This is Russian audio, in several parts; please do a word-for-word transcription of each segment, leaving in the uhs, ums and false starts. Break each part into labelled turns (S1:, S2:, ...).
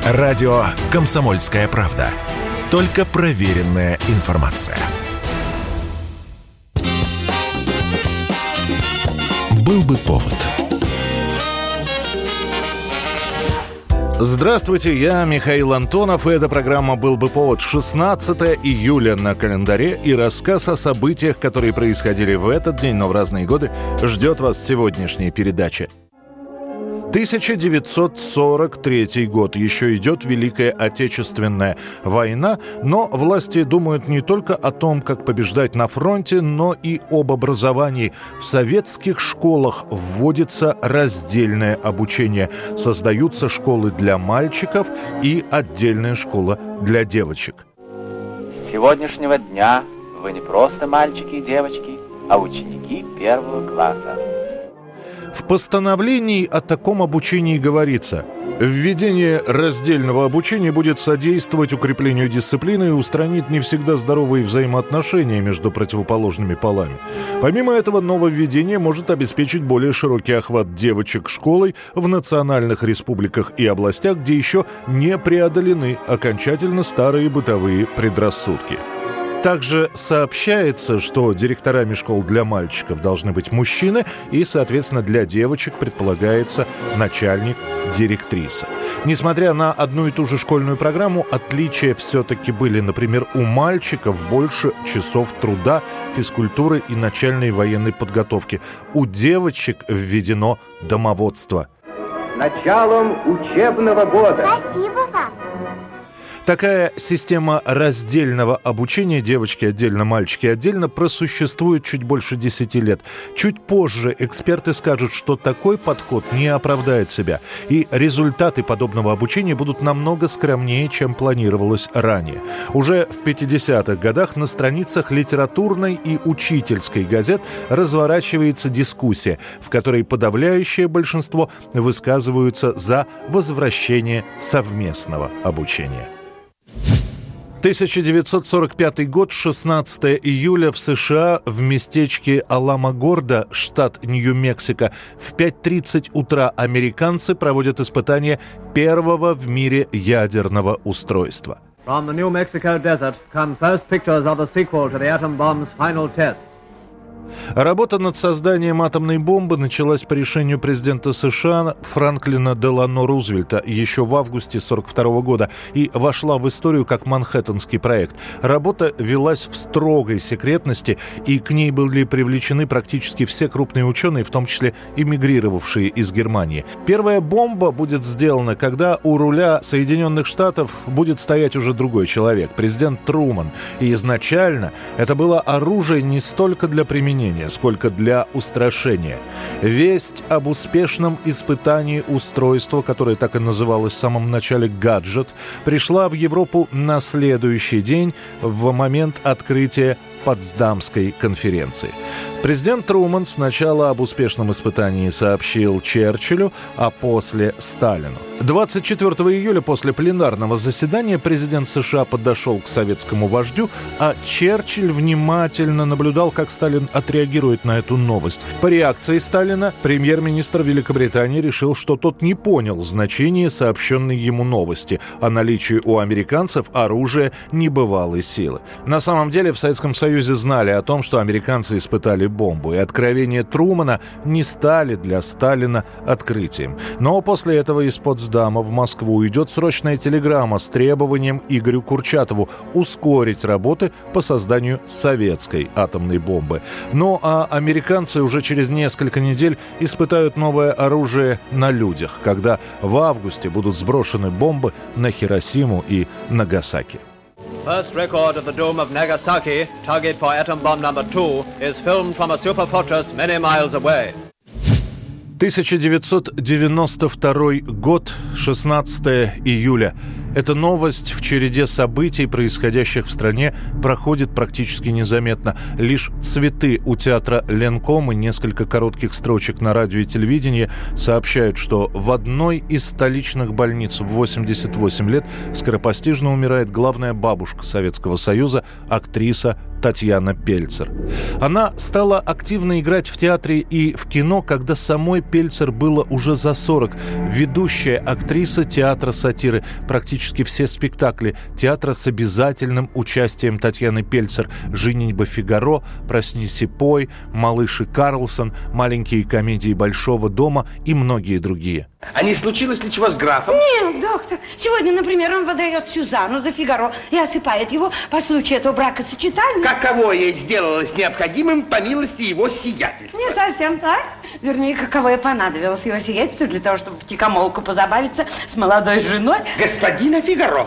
S1: Радио «Комсомольская правда». Только проверенная информация. Был бы повод.
S2: Здравствуйте, я Михаил Антонов, и эта программа «Был бы повод». шестнадцатое июля на календаре, и рассказ о событиях, которые происходили в этот день, но в разные годы, ждет вас в сегодняшней передаче. тысяча девятьсот сорок третий год. Еще идет Великая Отечественная война, но власти думают не только о том, как побеждать на фронте, но и об образовании. В советских школах вводится раздельное обучение. Создаются школы для мальчиков и отдельная школа для девочек.
S3: С сегодняшнего дня вы не просто мальчики и девочки, а ученики первого класса.
S2: В постановлении о таком обучении говорится: введение раздельного обучения будет содействовать укреплению дисциплины и устранит не всегда здоровые взаимоотношения между противоположными полами. Помимо этого, нововведение может обеспечить более широкий охват девочек школой в национальных республиках и областях, где еще не преодолены окончательно старые бытовые предрассудки. Также сообщается, что директорами школ для мальчиков должны быть мужчины, и, соответственно, для девочек предполагается начальник-директриса. Несмотря на одну и ту же школьную программу, отличия все-таки были. Например, у мальчиков больше часов труда, физкультуры и начальной военной подготовки. У девочек введено домоводство.
S4: С началом учебного года.
S5: Спасибо вам.
S2: Такая система раздельного обучения, девочки отдельно, мальчики отдельно, просуществует чуть больше десяти лет. Чуть позже эксперты скажут, что такой подход не оправдает себя, и результаты подобного обучения будут намного скромнее, чем планировалось ранее. Уже в пятидесятых годах на страницах литературной и учительской газет разворачивается дискуссия, в которой подавляющее большинство высказываются за возвращение совместного обучения. тысяча девятьсот сорок пятый год, шестнадцатое июля, в США, в местечке Аламогордо, штат Нью-Мексико, в пять тридцать утра американцы проводят испытание первого в мире ядерного устройства.
S6: From the New Mexico desert come first pictures of the sequel to the atom bomb's final test.
S2: Работа над созданием атомной бомбы началась по решению президента США Франклина Делано Рузвельта еще в августе сорок второго года и вошла в историю как Манхэттенский проект. Работа велась в строгой секретности, и к ней были привлечены практически все крупные ученые, в том числе эмигрировавшие из Германии. Первая бомба будет сделана, когда у руля Соединенных Штатов будет стоять уже другой человек, президент Труман. И изначально это было оружие не столько для применения, сколько для устрашения. Весть об успешном испытании устройства, которое так и называлось в самом начале «гаджет», пришла в Европу на следующий день, в момент открытия Потсдамской конференции. Президент Труман сначала об успешном испытании сообщил Черчиллю, а после Сталину. двадцать четвёртого июля после пленарного заседания президент США подошел к советскому вождю, а Черчилль внимательно наблюдал, как Сталин отреагирует на эту новость. По реакции Сталина премьер-министр Великобритании решил, что тот не понял значения сообщенной ему новости о наличии у американцев оружия небывалой силы. На самом деле в Советском Союзе знали о том, что американцы испытали бомбу, и откровения Трумана не стали для Сталина открытием. Но после этого из Потсдама в Москву идет срочная телеграмма с требованием Игорю Курчатову ускорить работы по созданию советской атомной бомбы. Ну а американцы уже через несколько недель испытают новое оружие на людях, когда в августе будут сброшены бомбы на Хиросиму и Нагасаки.
S6: First record of the doom of Nagasaki, target for atom bomb number two, is filmed from a super fortress many miles away.
S2: тысяча девятьсот девяносто второй год, шестнадцатое июля. Эта новость в череде событий, происходящих в стране, проходит практически незаметно. Лишь цветы у театра «Ленком» и несколько коротких строчек на радио и телевидении сообщают, что в одной из столичных больниц в восемьдесят восемь лет скоропостижно умирает главная бабушка Советского Союза, актриса Татьяна Пельцер. Она стала активно играть в театре и в кино, когда самой Пельцер было уже за сорок. Ведущая актриса театра сатиры. Практически все спектакли театра с обязательным участием Татьяны Пельцер. «Женитьба Фигаро», «Проснись и пой», «Малыш и Карлсон», «Маленькие комедии Большого дома» и многие другие.
S5: А не случилось ли чего с графом?
S7: Нет, доктор. Сегодня, например, он выдает Сюзанну за Фигаро и осыпает его по случаю этого бракосочетания.
S5: Каково ей сделалось необходимым по милости его сиятельства?
S7: Не совсем так. Вернее, каково и понадобилось его сиятельству для того, чтобы втихомолку позабавиться с молодой женой
S5: господина Фигаро.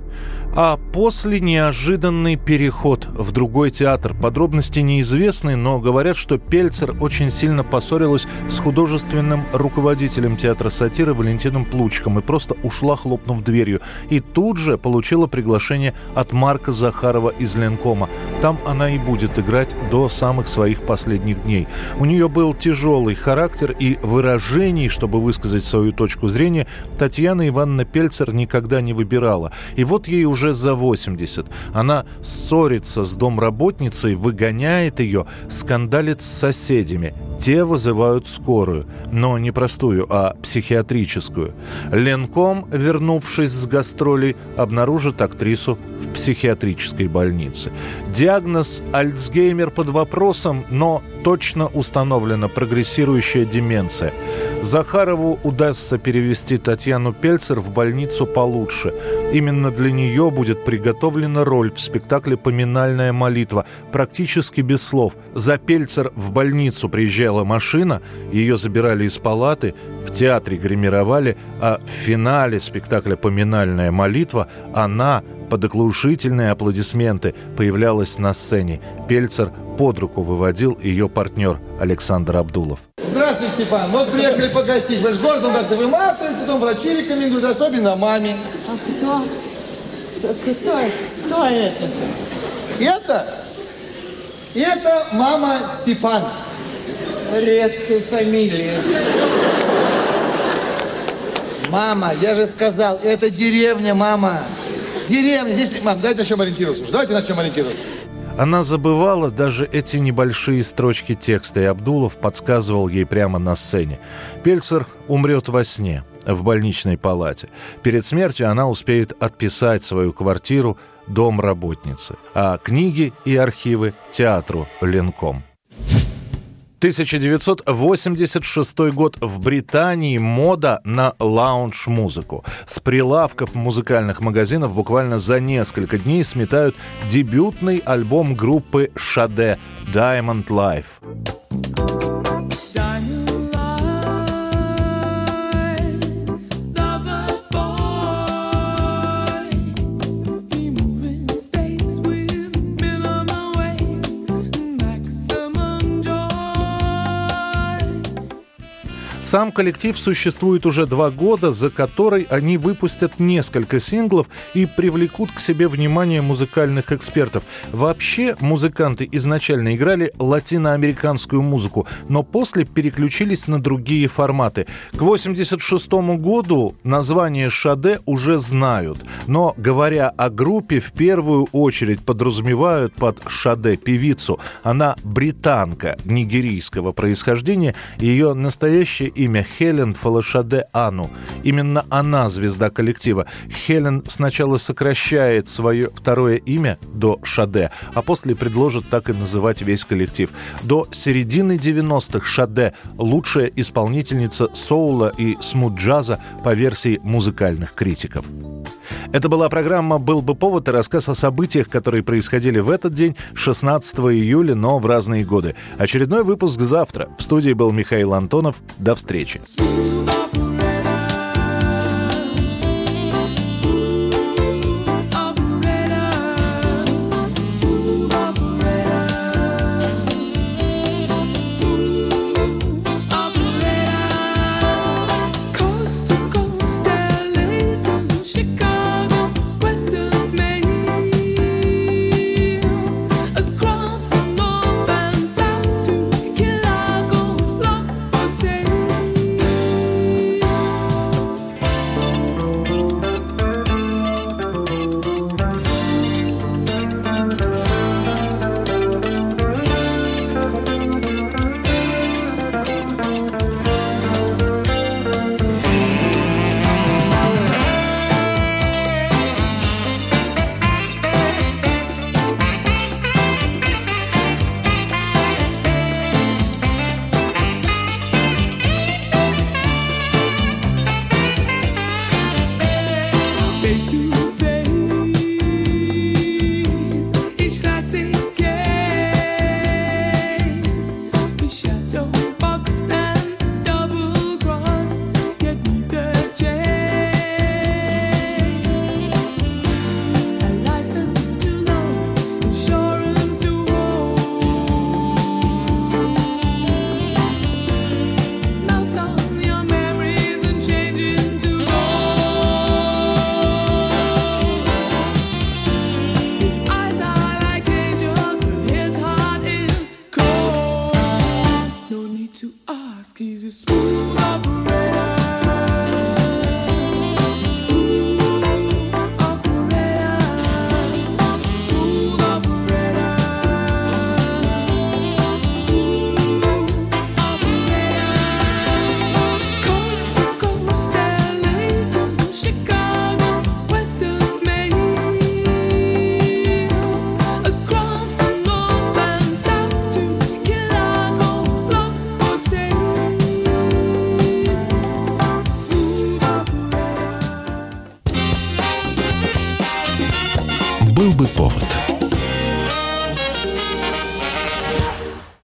S2: А после неожиданный переход в другой театр. Подробности неизвестны, но говорят, что Пельцер очень сильно поссорилась с художественным руководителем театра сатиры Валентином Плучиком и просто ушла, хлопнув дверью. И тут же получила приглашение от Марка Захарова из Ленкома. Там она и будет играть до самых своих последних дней. У нее был тяжелый характер, и выражений, чтобы высказать свою точку зрения, Татьяна Ивановна Пельцер никогда не выбирала. И вот ей уже уже за восемьдесят. Она ссорится с домработницей, выгоняет ее, скандалит с соседями. Те вызывают скорую, но не простую, а психиатрическую. Ленком, вернувшись с гастролей, обнаружит актрису в психиатрической больнице. Диагноз Альцгеймер под вопросом, но точно установлена прогрессирующая деменция. Захарову удастся перевести Татьяну Пельцер в больницу получше. Именно для нее будет приготовлена роль в спектакле «Поминальная молитва», практически без слов. За Пельцер в больницу приезжала машина, ее забирали из палаты, в театре гримировали, а в финале спектакля «Поминальная молитва» она под оглушительные аплодисменты появлялась на сцене. Пельцер под руку выводил ее партнер Александр Абдулов.
S8: Здравствуй, Степан. Вот приехали погостить. Вы же городом как-то выматываете, потом врачи рекомендуют, особенно маме.
S9: А кто? Кто, кто, кто это?
S8: Это? Это мама Степан.
S9: Редкая фамилия.
S8: Мама, я же сказал, это деревня, мама. Деревня. Здесь, мам, давайте на чем ориентироваться. Давайте на чем ориентироваться.
S2: Она забывала даже эти небольшие строчки текста, и Абдулов подсказывал ей прямо на сцене. Пельцер умрет во сне, в больничной палате. Перед смертью она успеет отписать свою квартиру домработнице, а книги и архивы театру Ленком. тысяча девятьсот восемьдесят шестой год. В Британии мода на лаунж-музыку. С прилавков музыкальных магазинов буквально за несколько дней сметают дебютный альбом группы Sade «Diamond Life». Сам коллектив существует уже два года, за который они выпустят несколько синглов и привлекут к себе внимание музыкальных экспертов. Вообще музыканты изначально играли латиноамериканскую музыку, но после переключились на другие форматы. К восемьдесят шестому году название Sade уже знают, но, говоря о группе, в первую очередь подразумевают под Sade певицу. Она британка нигерийского происхождения, ее настоящее имя Хелен Фолашаде Ану. Именно она звезда коллектива. Хелен сначала сокращает свое второе имя до Sade, а после предложит так и называть весь коллектив. До середины девяностых Sade – лучшая исполнительница соула и смут-джаза по версии музыкальных критиков. Это была программа «Был бы повод» и рассказ о событиях, которые происходили в этот день, шестнадцатого июля, но в разные годы. Очередной выпуск завтра. В студии был Михаил Антонов. До встречи.
S10: Chicago
S1: Был бы повод.